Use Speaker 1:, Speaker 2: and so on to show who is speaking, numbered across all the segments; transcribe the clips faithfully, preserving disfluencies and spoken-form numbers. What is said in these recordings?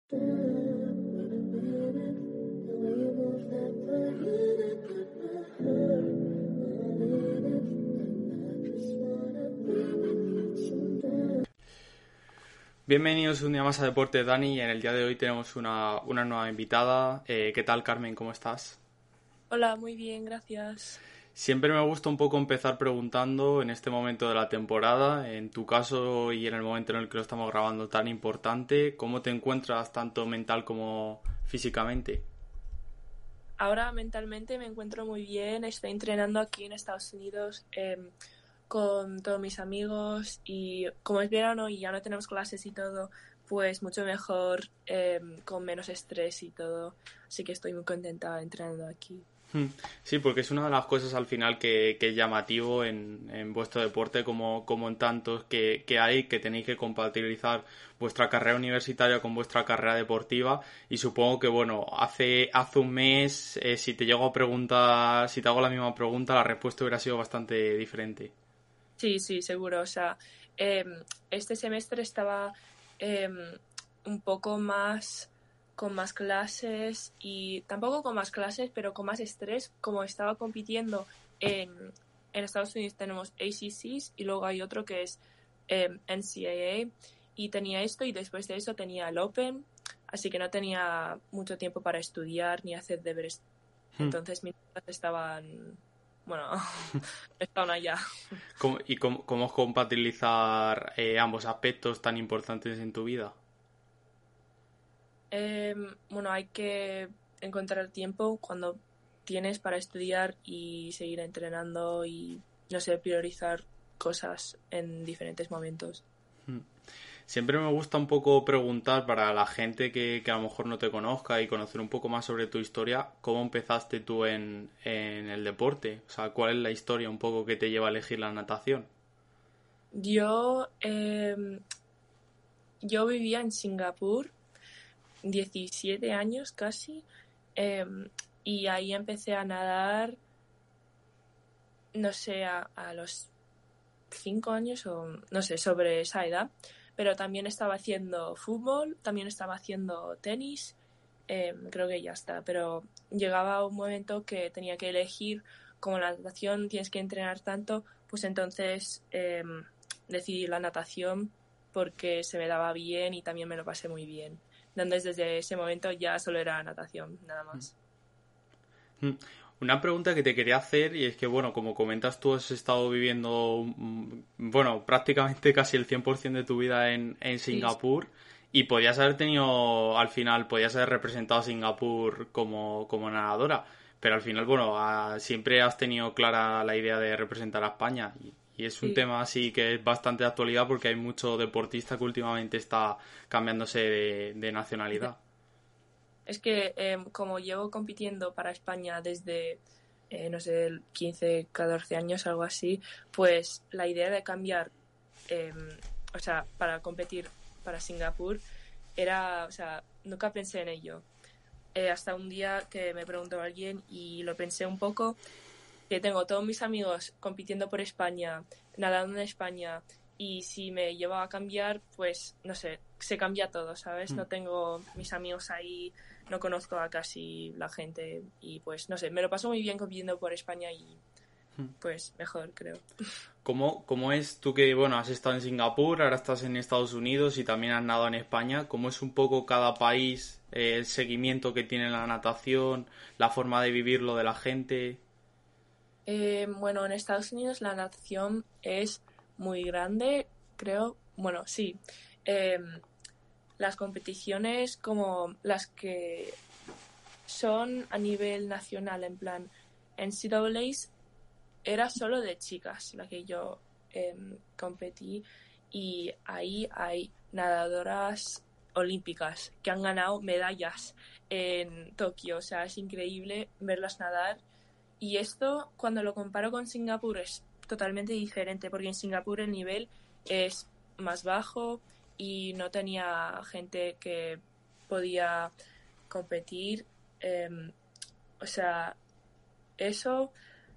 Speaker 1: Bienvenidos un día más a Deportes, Dani, y en el día de hoy tenemos una, una nueva invitada. Eh, ¿qué tal, Carmen? ¿Cómo estás?
Speaker 2: Hola, muy bien, gracias.
Speaker 1: Siempre me gusta un poco empezar preguntando en este momento de la temporada, en tu caso y en el momento en el que lo estamos grabando tan importante, ¿cómo te encuentras tanto mental como físicamente?
Speaker 2: Ahora mentalmente me encuentro muy bien, estoy entrenando aquí en Estados Unidos eh, con todos mis amigos y como es verano y ya no tenemos clases y todo, pues mucho mejor, eh, con menos estrés y todo, así que estoy muy contenta entrenando aquí.
Speaker 1: Sí, porque es una de las cosas al final que, que es llamativo en, en vuestro deporte, como, como en tantos que, que hay, que tenéis que compatibilizar vuestra carrera universitaria con vuestra carrera deportiva. Y supongo que, bueno, hace, hace un mes, eh, si te llego a preguntar, si te hago la misma pregunta, la respuesta hubiera sido bastante diferente.
Speaker 2: Sí, sí, seguro, o sea, eh, este semestre estaba eh, un poco más con más clases y tampoco con más clases, pero con más estrés, como estaba compitiendo en, en Estados Unidos tenemos A C Cs y luego hay otro que es eh, N C A A y tenía esto y después de eso tenía el Open, así que no tenía mucho tiempo para estudiar ni hacer deberes, entonces mis notas estaban, bueno, estaban allá.
Speaker 1: ¿Cómo- ¿Y cómo, cómo es compatibilizar eh, ambos aspectos tan importantes en tu vida?
Speaker 2: Eh, bueno, hay que encontrar tiempo cuando tienes para estudiar y seguir entrenando y, no sé, priorizar cosas en diferentes momentos.
Speaker 1: Siempre me gusta un poco preguntar para la gente que, que a lo mejor no te conozca y conocer un poco más sobre tu historia, ¿cómo empezaste tú en, en el deporte? O sea, ¿cuál es la historia un poco que te lleva a elegir la natación?
Speaker 2: Yo, eh, yo vivía en Singapur, diecisiete años casi, eh, y ahí empecé a nadar, no sé, a, a los cinco años o no sé, sobre esa edad, pero también estaba haciendo fútbol, también estaba haciendo tenis, eh, creo que ya está, pero llegaba un momento que tenía que elegir, como la natación tienes que entrenar tanto, pues entonces eh, decidí la natación porque se me daba bien y también me lo pasé muy bien. Entonces desde ese momento ya solo era natación, nada más.
Speaker 1: Mm. Una pregunta que te quería hacer y es que, bueno, como comentas, tú has estado viviendo, mm, bueno, prácticamente casi el cien por ciento de tu vida en, en
Speaker 2: Sí,
Speaker 1: Singapur y podías haber tenido, al final, podías haber representado a Singapur como, como nadadora, pero al final, bueno, a- siempre has tenido clara la idea de representar a España y, y es un
Speaker 2: sí.
Speaker 1: tema así que es bastante de actualidad porque hay mucho deportista que últimamente está cambiándose de, de nacionalidad.
Speaker 2: Es que eh, como llevo compitiendo para España desde, eh, no sé, quince, catorce años, algo así, pues la idea de cambiar, eh, o sea, para competir para Singapur, era, o sea, nunca pensé en ello. Eh, hasta un día que me preguntó alguien y lo pensé un poco, que tengo todos mis amigos compitiendo por España, nadando en España, y si me llevo a cambiar, pues no sé, se cambia todo, ¿sabes? No tengo mis amigos ahí, no conozco a casi la gente y pues no sé, me lo paso muy bien compitiendo por España y pues mejor, creo.
Speaker 1: ¿Cómo, cómo es tú que, bueno, has estado en Singapur, ahora estás en Estados Unidos y también has nadado en España? ¿Cómo es un poco cada país, eh, el seguimiento que tiene la natación, la forma de vivirlo de la gente?
Speaker 2: Eh, bueno, en Estados Unidos la natación es muy grande, creo. Bueno, sí. Eh, las competiciones como las que son a nivel nacional, en plan N C A As, era solo de chicas la que yo eh, competí y ahí hay nadadoras olímpicas que han ganado medallas en Tokio, o sea, es increíble verlas nadar y esto cuando lo comparo con Singapur es totalmente diferente porque en Singapur el nivel es más bajo y no tenía gente que podía competir, eh, o sea, eso.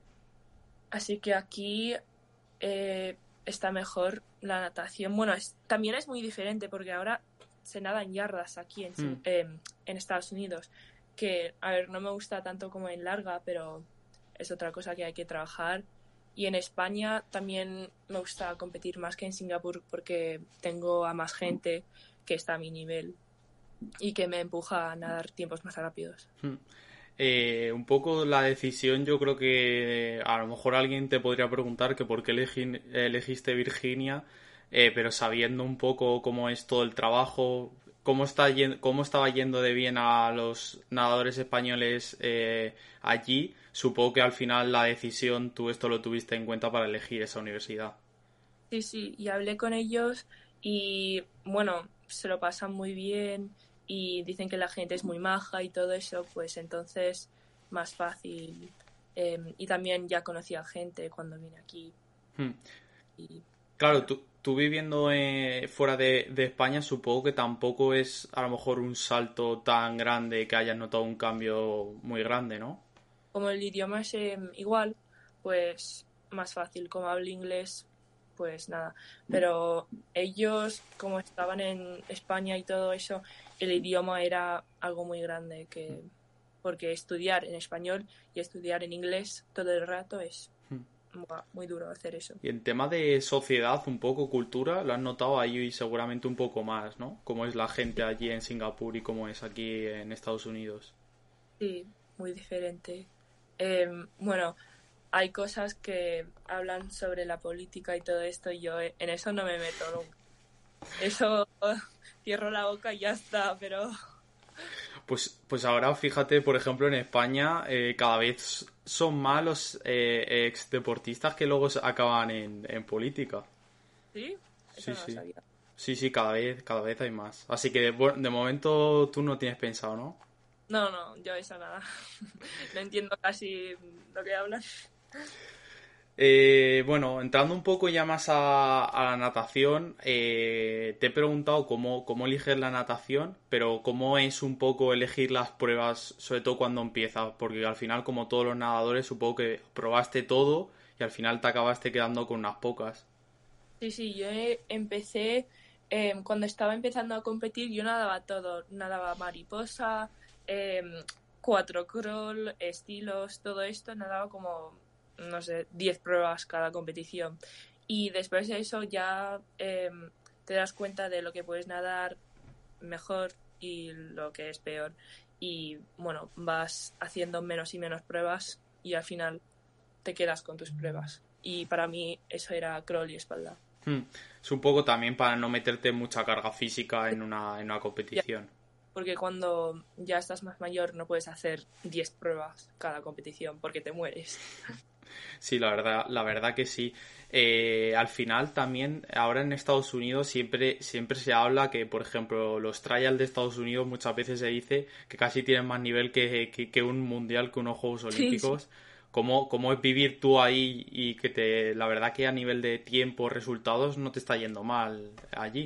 Speaker 2: Así que aquí eh, está mejor la natación. Bueno, es, también es muy diferente porque ahora se nada en yardas aquí en,
Speaker 1: Mm.
Speaker 2: eh, en Estados Unidos, que, a ver, no me gusta tanto como en larga, pero es otra cosa que hay que trabajar. Y en España también me gusta competir más que en Singapur porque tengo a más gente que está a mi nivel y que me empuja a nadar tiempos más rápidos.
Speaker 1: Mm. Eh, un poco la decisión, yo creo que a lo mejor alguien te podría preguntar que por qué elegi- elegiste Virginia, eh, pero sabiendo un poco cómo es todo el trabajo, cómo está yen- cómo estaba yendo de bien a los nadadores españoles eh, allí, supongo que al final la decisión tú esto lo tuviste en cuenta para elegir esa universidad.
Speaker 2: Sí, sí, y hablé con ellos y bueno, se lo pasan muy bien y dicen que la gente es muy maja y todo eso, pues entonces más fácil. Eh, y también ya conocía gente cuando vine aquí
Speaker 1: Hmm.
Speaker 2: y
Speaker 1: Claro,
Speaker 2: bueno,
Speaker 1: tú, tú viviendo eh, fuera de, de España, supongo que tampoco es a lo mejor un salto tan grande que hayas notado un cambio muy grande, ¿no?
Speaker 2: como el idioma es eh, igual, pues más fácil. Como hablo inglés, pues nada. Pero ellos, como estaban en España y todo eso, el idioma era algo muy grande que porque estudiar en español y estudiar en inglés todo el rato es buah, muy duro hacer eso.
Speaker 1: Y en tema de sociedad, un poco cultura, lo has notado ahí seguramente un poco más, ¿no? Cómo es la gente allí en Singapur y cómo es aquí en Estados Unidos.
Speaker 2: Sí, muy diferente. Eh, bueno, hay cosas que hablan sobre la política y todo esto y yo en eso no me meto nunca. Eso cierro la boca y ya está, pero
Speaker 1: Pues, pues ahora fíjate, por ejemplo, en España eh, cada vez son más los eh, ex deportistas que luego se acaban en, en política.
Speaker 2: sí,
Speaker 1: Sí,
Speaker 2: eso no lo
Speaker 1: sí.
Speaker 2: sabía.
Speaker 1: Sí, sí, cada vez, cada vez hay más. Así que de, bu- de momento tú no tienes pensado, ¿no?
Speaker 2: No, no, yo eso nada. No entiendo casi lo que hablan.
Speaker 1: Eh, bueno, entrando un poco ya más a, a la natación, eh, te he preguntado cómo, cómo eliges la natación, pero cómo es un poco elegir las pruebas, sobre todo cuando empiezas, porque al final, como todos los nadadores, supongo que probaste todo y al final te acabaste quedando con unas pocas.
Speaker 2: Sí, sí, yo eh, empecé, eh, cuando estaba empezando a competir, yo nadaba todo, nadaba mariposa, eh, cuatro crawl, estilos, todo esto, nadaba como, no sé, diez pruebas cada competición. Y después de eso ya eh, te das cuenta de lo que puedes nadar mejor y lo que es peor. Y bueno, vas haciendo menos y menos pruebas y al final te quedas con tus pruebas. Y para mí eso era crawl y espalda.
Speaker 1: Hmm. Es un poco también para no meterte mucha carga física en una, en una
Speaker 2: Ya,
Speaker 1: competición.
Speaker 2: porque cuando ya estás más mayor no puedes hacer diez pruebas cada competición porque te mueres.
Speaker 1: Sí, la verdad, la verdad que sí. Eh, al final también, ahora en Estados Unidos siempre, siempre se habla que, por ejemplo, los trials de Estados Unidos muchas veces se dice que casi tienen más nivel que, que, que un mundial, que unos Juegos
Speaker 2: Sí, sí.
Speaker 1: Olímpicos. ¿Cómo, cómo es vivir tú ahí y que te, la verdad que a nivel de tiempo, resultados, no te está yendo mal allí?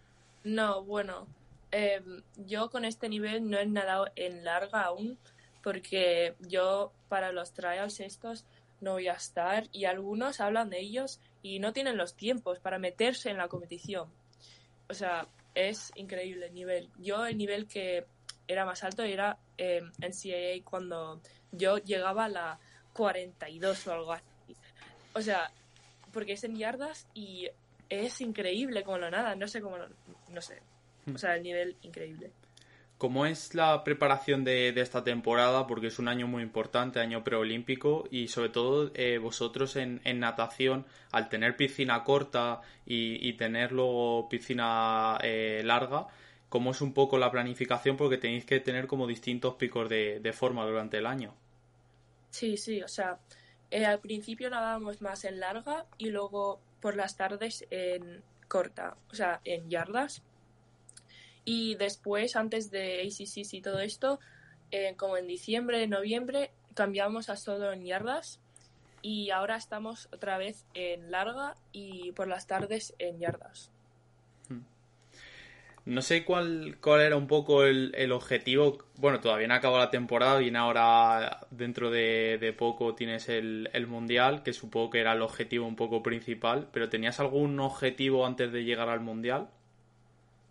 Speaker 2: No, bueno, eh, yo con este nivel no he nadado en larga aún porque yo para los trials estos no voy a estar y algunos hablan de ellos y no tienen los tiempos para meterse en la competición. O sea, es increíble el nivel. Yo el nivel que era más alto era eh, N C A A cuando yo llegaba a la cuarenta y dos o algo así. O sea, porque es en yardas y es increíble como lo nada, no sé cómo lo, no sé. O sea, el nivel increíble.
Speaker 1: ¿Cómo es la preparación de, de esta temporada? Porque es un año muy importante, año preolímpico, y sobre todo eh, vosotros en, en natación, al tener piscina corta y, y tener luego piscina eh, larga, ¿cómo es un poco la planificación? Porque tenéis que tener como distintos picos de, de forma durante el año.
Speaker 2: Sí, sí, o sea, eh, al principio nadábamos más en larga y luego por las tardes en corta, o sea, en yardas. Y después, antes de A C Cs y todo esto, eh, como en diciembre, noviembre, cambiamos a solo en yardas y ahora estamos otra vez en larga y por las tardes en yardas.
Speaker 1: No sé cuál, cuál era un poco el, el objetivo. Bueno, todavía no ha acabado la temporada, viene ahora dentro de, de poco tienes el, el Mundial, que supongo que era el objetivo un poco principal, pero ¿tenías algún objetivo antes de llegar al Mundial?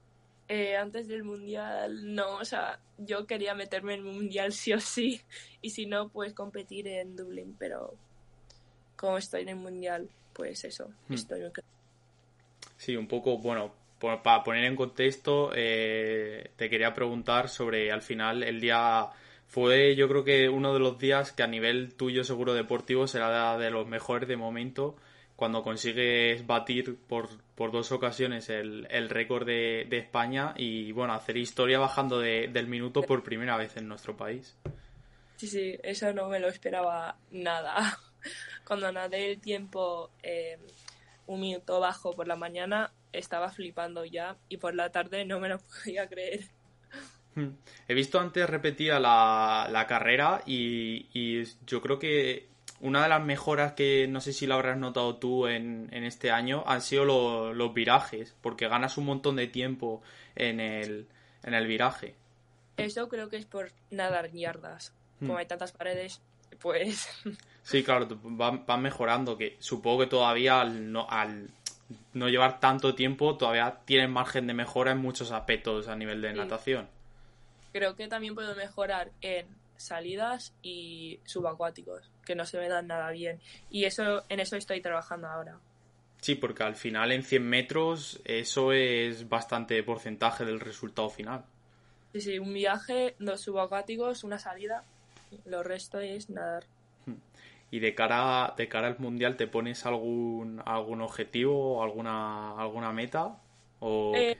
Speaker 2: Eh, antes del mundial, no, o sea, yo quería meterme en el mundial sí o sí, y si no, pues competir en Dublín, pero como estoy en el mundial, pues eso,
Speaker 1: Hmm.
Speaker 2: estoy muy...
Speaker 1: Sí, un poco, bueno, por- para poner en contexto, eh, te quería preguntar sobre, al final, el día fue, yo creo que uno de los días que a nivel tuyo seguro deportivo será de los mejores de momento, cuando consigues batir por, por dos ocasiones el, el récord de, de España y, bueno, hacer historia bajando de- del minuto por primera vez en nuestro país.
Speaker 2: Sí, sí, eso no me lo esperaba nada. Cuando nadé el tiempo eh, un minuto bajo por la mañana, estaba flipando ya y por la tarde no me lo podía creer.
Speaker 1: Hmm. He visto antes repetida la, la carrera y, y yo creo que una de las mejoras que no sé si lo habrás notado tú en, en este año han sido lo- los virajes, porque ganas un montón de tiempo en el, en el viraje.
Speaker 2: Eso creo que es por nadar yardas.
Speaker 1: Hmm.
Speaker 2: Como hay tantas paredes, pues
Speaker 1: Sí, claro, van, van mejorando, que supongo que todavía al no, al no llevar tanto tiempo todavía tienen margen de mejora en muchos aspectos a nivel de
Speaker 2: sí.
Speaker 1: natación.
Speaker 2: Creo que también puedo mejorar en salidas y subacuáticos, que no se me dan nada bien. Y eso, en eso estoy trabajando ahora.
Speaker 1: Sí, porque al final en cien metros eso es bastante porcentaje del resultado final.
Speaker 2: Sí, sí, un viaje, dos subacuáticos, una salida, lo resto es nadar.
Speaker 1: Y de cara, de cara al mundial, ¿te pones algún, algún objetivo, alguna, alguna meta? ¿O
Speaker 2: Eh,
Speaker 1: qué?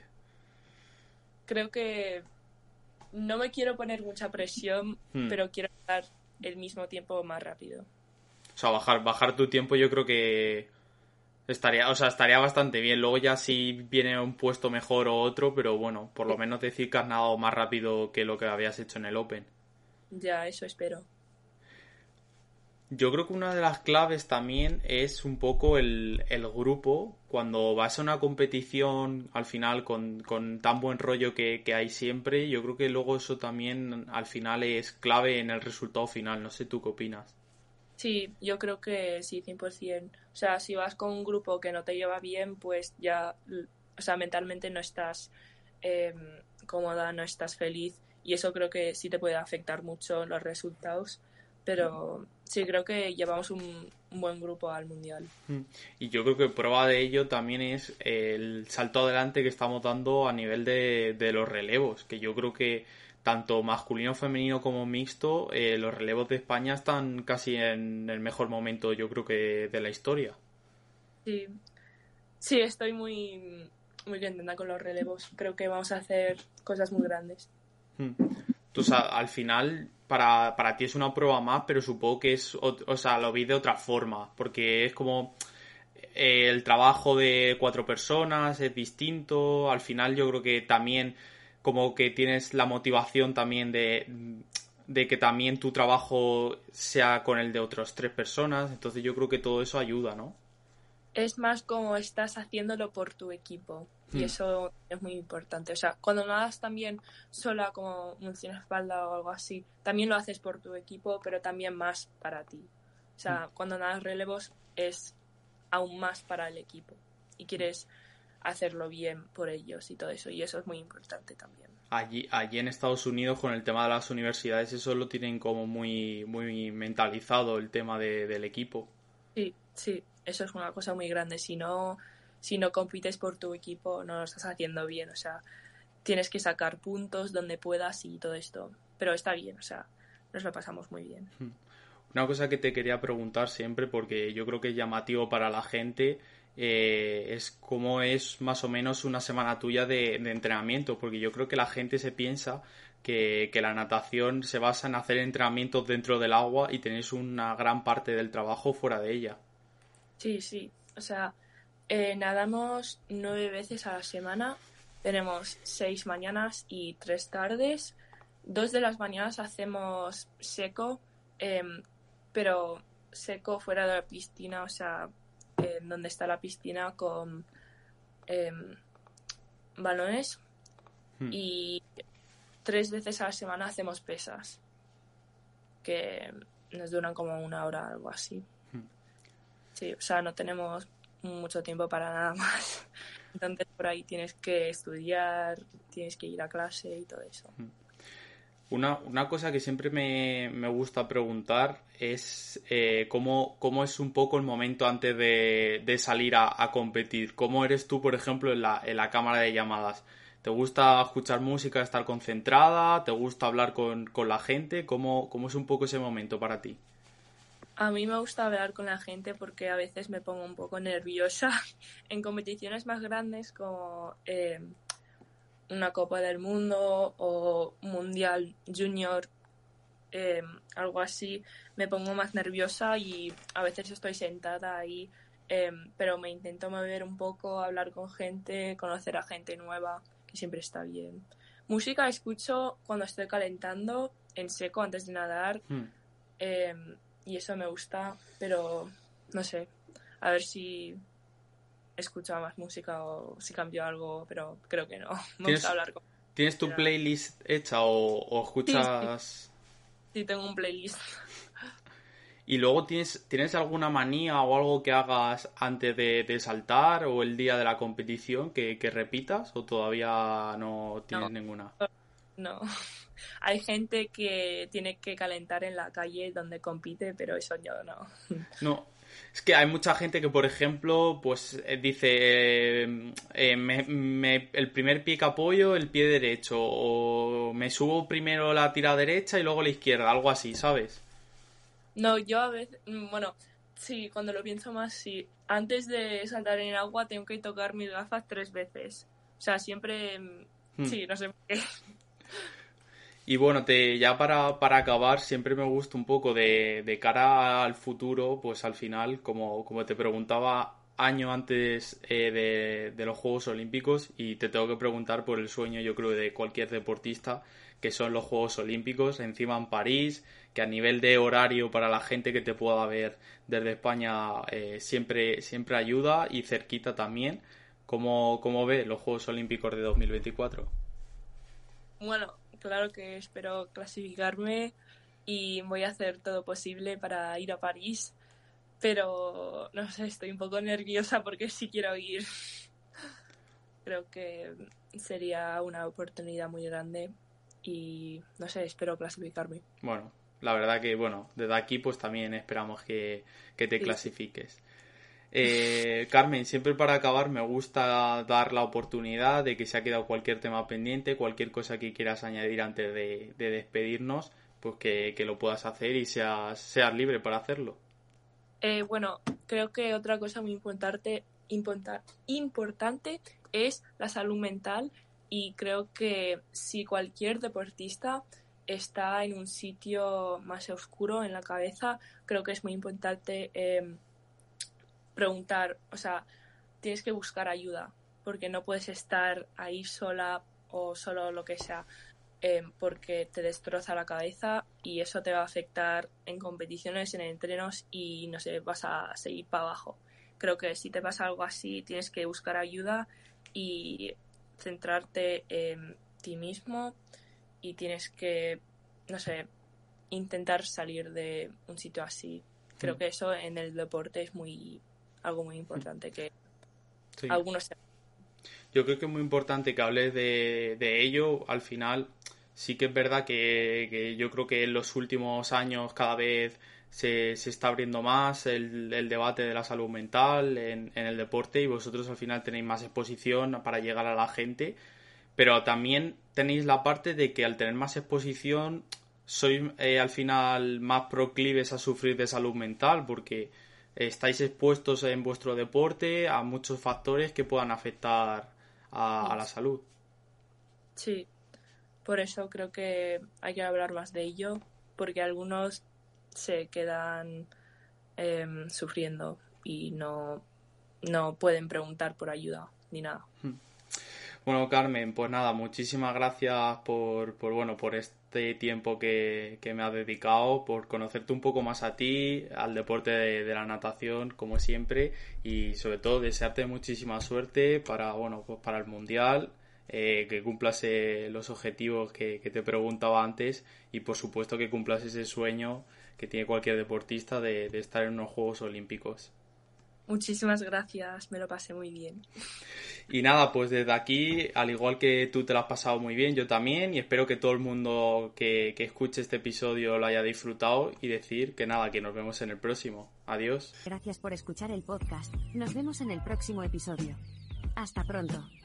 Speaker 2: creo que no me quiero poner mucha presión,
Speaker 1: Hmm.
Speaker 2: pero quiero dar el mismo tiempo más rápido.
Speaker 1: O sea, bajar, bajar tu tiempo yo creo que estaría, o sea, estaría bastante bien. Luego ya si viene un puesto mejor o otro, pero bueno, por lo menos decir que has nadado más rápido que lo que habías hecho en el Open.
Speaker 2: Ya, eso espero.
Speaker 1: Yo creo que una de las claves también es un poco el, el grupo. Cuando vas a una competición al final con, con tan buen rollo que, que hay siempre, yo creo que luego eso también al final es clave en el resultado final. No sé tú qué opinas.
Speaker 2: Sí, yo creo que sí, cien por ciento. O sea, si vas con un grupo que no te lleva bien, pues ya, o sea, mentalmente no estás eh, cómoda, no estás feliz y eso creo que sí te puede afectar mucho los resultados. Pero sí, creo que llevamos un, un buen grupo al mundial.
Speaker 1: Mm. Y yo creo que prueba de ello también es el salto adelante que estamos dando a nivel de, de los relevos, que yo creo que tanto masculino, femenino como mixto, eh, los relevos de España están casi en el mejor momento, yo creo que de la historia.
Speaker 2: Sí, sí, estoy muy, muy contenta con los relevos. Creo que vamos a hacer cosas muy grandes.
Speaker 1: Mm. Entonces, a- al final, para, para ti es una prueba más, pero supongo que es, ot- o sea, lo vi de otra forma, porque es como eh, el trabajo de cuatro personas es distinto. Al final, yo creo que también, como que tienes la motivación también de, de que también tu trabajo sea con el de otras tres personas. Entonces, yo creo que todo eso ayuda, ¿no?
Speaker 2: Es más como estás haciéndolo por tu equipo y
Speaker 1: Hmm.
Speaker 2: eso es muy importante. O sea, cuando nadas también sola como un espalda o algo así, también lo haces por tu equipo, pero también más para ti. O sea, cuando nadas relevos es aún más para el equipo y quieres hacerlo bien por ellos y todo eso y eso es muy importante también.
Speaker 1: Allí, allí en Estados Unidos con el tema de las universidades eso lo tienen como muy, muy mentalizado el tema de- del equipo.
Speaker 2: Sí, sí, eso es una cosa muy grande. Si no, si no compites por tu equipo, no lo estás haciendo bien. O sea, tienes que sacar puntos donde puedas y todo esto. Pero está bien, o sea, nos lo pasamos muy bien.
Speaker 1: Una cosa que te quería preguntar siempre, porque yo creo que es llamativo para la gente, eh, es cómo es más o menos una semana tuya de, de entrenamiento, porque yo creo que la gente se piensa que, que la natación se basa en hacer entrenamientos dentro del agua y tenéis una gran parte del trabajo fuera de ella.
Speaker 2: Sí, sí. O sea, eh, nadamos nueve veces a la semana. Tenemos seis mañanas y tres tardes. Dos de las mañanas hacemos seco, em, pero seco fuera de la piscina, o sea, en donde está la piscina con em, balones.
Speaker 1: Hmm.
Speaker 2: Y tres veces a la semana hacemos pesas, que nos duran como una hora, algo así. Sí, o sea, no tenemos mucho tiempo para nada más. Entonces por ahí tienes que estudiar, tienes que ir a clase y todo eso.
Speaker 1: Una, una cosa que siempre me, me gusta preguntar es eh, cómo, cómo es un poco el momento antes de, de salir a, a competir. ¿Cómo eres tú, por ejemplo, en la, en la cámara de llamadas? ¿Te gusta escuchar música, estar concentrada? ¿Te gusta hablar con, con la gente? ¿Cómo, cómo es un poco ese momento para ti?
Speaker 2: A mí me gusta hablar con la gente porque a veces me pongo un poco nerviosa en competiciones más grandes como eh, una Copa del Mundo o Mundial Junior, eh, algo así. Me pongo más nerviosa y a veces estoy sentada ahí, eh, pero me intento mover un poco, hablar con gente, conocer a gente nueva, que siempre está bien. Música escucho cuando estoy calentando en seco antes de nadar.
Speaker 1: Hmm.
Speaker 2: Eh, y eso me gusta, pero no sé, a ver si escucho más música o si cambio algo, pero creo que no. Me gusta
Speaker 1: ¿Tienes,
Speaker 2: hablar con...
Speaker 1: ¿tienes tu playlist hecha o, o
Speaker 2: Sí, sí,
Speaker 1: escuchas?
Speaker 2: sí, tengo un playlist.
Speaker 1: ¿Y luego tienes, tienes alguna manía o algo que hagas antes de, de saltar o el día de la competición que, que repitas o todavía no tienes
Speaker 2: No,
Speaker 1: ninguna?
Speaker 2: no. Hay gente que tiene que calentar en la calle donde compite, pero eso yo no.
Speaker 1: No, es que hay mucha gente que, por ejemplo, pues eh, dice eh, eh, me- me- el primer pie que apoyo, el pie derecho, o me subo primero la tira derecha y luego la izquierda, algo así, ¿sabes?
Speaker 2: No, yo a veces, mm, bueno, sí, cuando lo pienso más, sí. Antes de saltar en el agua tengo que tocar mis gafas tres veces. O sea, siempre, mm,
Speaker 1: Hmm.
Speaker 2: sí, no sé por qué.
Speaker 1: Y bueno, te, ya para, para acabar, siempre me gusta un poco de, de cara al futuro, pues al final, como, como te preguntaba año antes eh, de, de los Juegos Olímpicos, y te tengo que preguntar por el sueño, yo creo, de cualquier deportista, que son los Juegos Olímpicos, encima en París, que a nivel de horario para la gente que te pueda ver desde España eh, siempre, siempre ayuda y cerquita también. ¿Cómo, cómo ves los Juegos Olímpicos de dos mil veinticuatro?
Speaker 2: Bueno, claro que espero clasificarme y voy a hacer todo posible para ir a París, pero no sé, estoy un poco nerviosa porque sí quiero ir. Creo que sería una oportunidad muy grande y no sé, espero clasificarme.
Speaker 1: Bueno, la verdad que, bueno, desde aquí pues también esperamos que, que te
Speaker 2: Sí, sí.
Speaker 1: clasifiques. Eh, Carmen, siempre para acabar me gusta dar la oportunidad de que se ha quedado cualquier tema pendiente, cualquier cosa que quieras añadir antes de, de despedirnos, pues que, que lo puedas hacer y seas, seas libre para hacerlo.
Speaker 2: Eh, bueno, creo que otra cosa muy importante, importa- importante es la salud mental y creo que si cualquier deportista está en un sitio más oscuro en la cabeza, creo que es muy importante eh, preguntar, o sea, tienes que buscar ayuda porque no puedes estar ahí sola o solo lo que sea, eh, porque te destroza la cabeza y eso te va a afectar en competiciones, en entrenos y no sé, vas a seguir para abajo. Creo que si te pasa algo así tienes que buscar ayuda y centrarte en ti mismo y tienes que, no sé, intentar salir de un sitio así. Creo que eso en el deporte es muy algo muy importante que
Speaker 1: Sí.
Speaker 2: algunos...
Speaker 1: Yo creo que es muy importante que hables de, de ello. Al final, sí que es verdad que, que yo creo que en los últimos años cada vez se, se está abriendo más el, el debate de la salud mental en, en el deporte y vosotros al final tenéis más exposición para llegar a la gente, pero también tenéis la parte de que al tener más exposición sois eh, al final más proclives a sufrir de salud mental porque estáis expuestos en vuestro deporte a muchos factores que puedan afectar a, a la salud.
Speaker 2: Sí, por eso creo que hay que hablar más de ello, porque algunos se quedan eh, sufriendo y no, no pueden preguntar por ayuda ni nada.
Speaker 1: Bueno, Carmen, pues nada, muchísimas gracias por, por bueno, por este tiempo que, que me has dedicado, por conocerte un poco más a ti, al deporte de, de la natación, como siempre, y sobre todo desearte muchísima suerte para, bueno, pues para el Mundial, eh, que cumplas eh, los objetivos que, que te preguntaba antes y por supuesto que cumplas ese sueño que tiene cualquier deportista de, de estar en unos Juegos Olímpicos.
Speaker 2: Muchísimas gracias, me lo pasé muy bien.
Speaker 1: Y nada, pues desde aquí, al igual que tú te lo has pasado muy bien, yo también, y espero que todo el mundo que, que escuche este episodio lo haya disfrutado y decir que nada, que nos vemos en el próximo. Adiós.
Speaker 3: Gracias por escuchar el podcast. Nos vemos en el próximo episodio. Hasta pronto.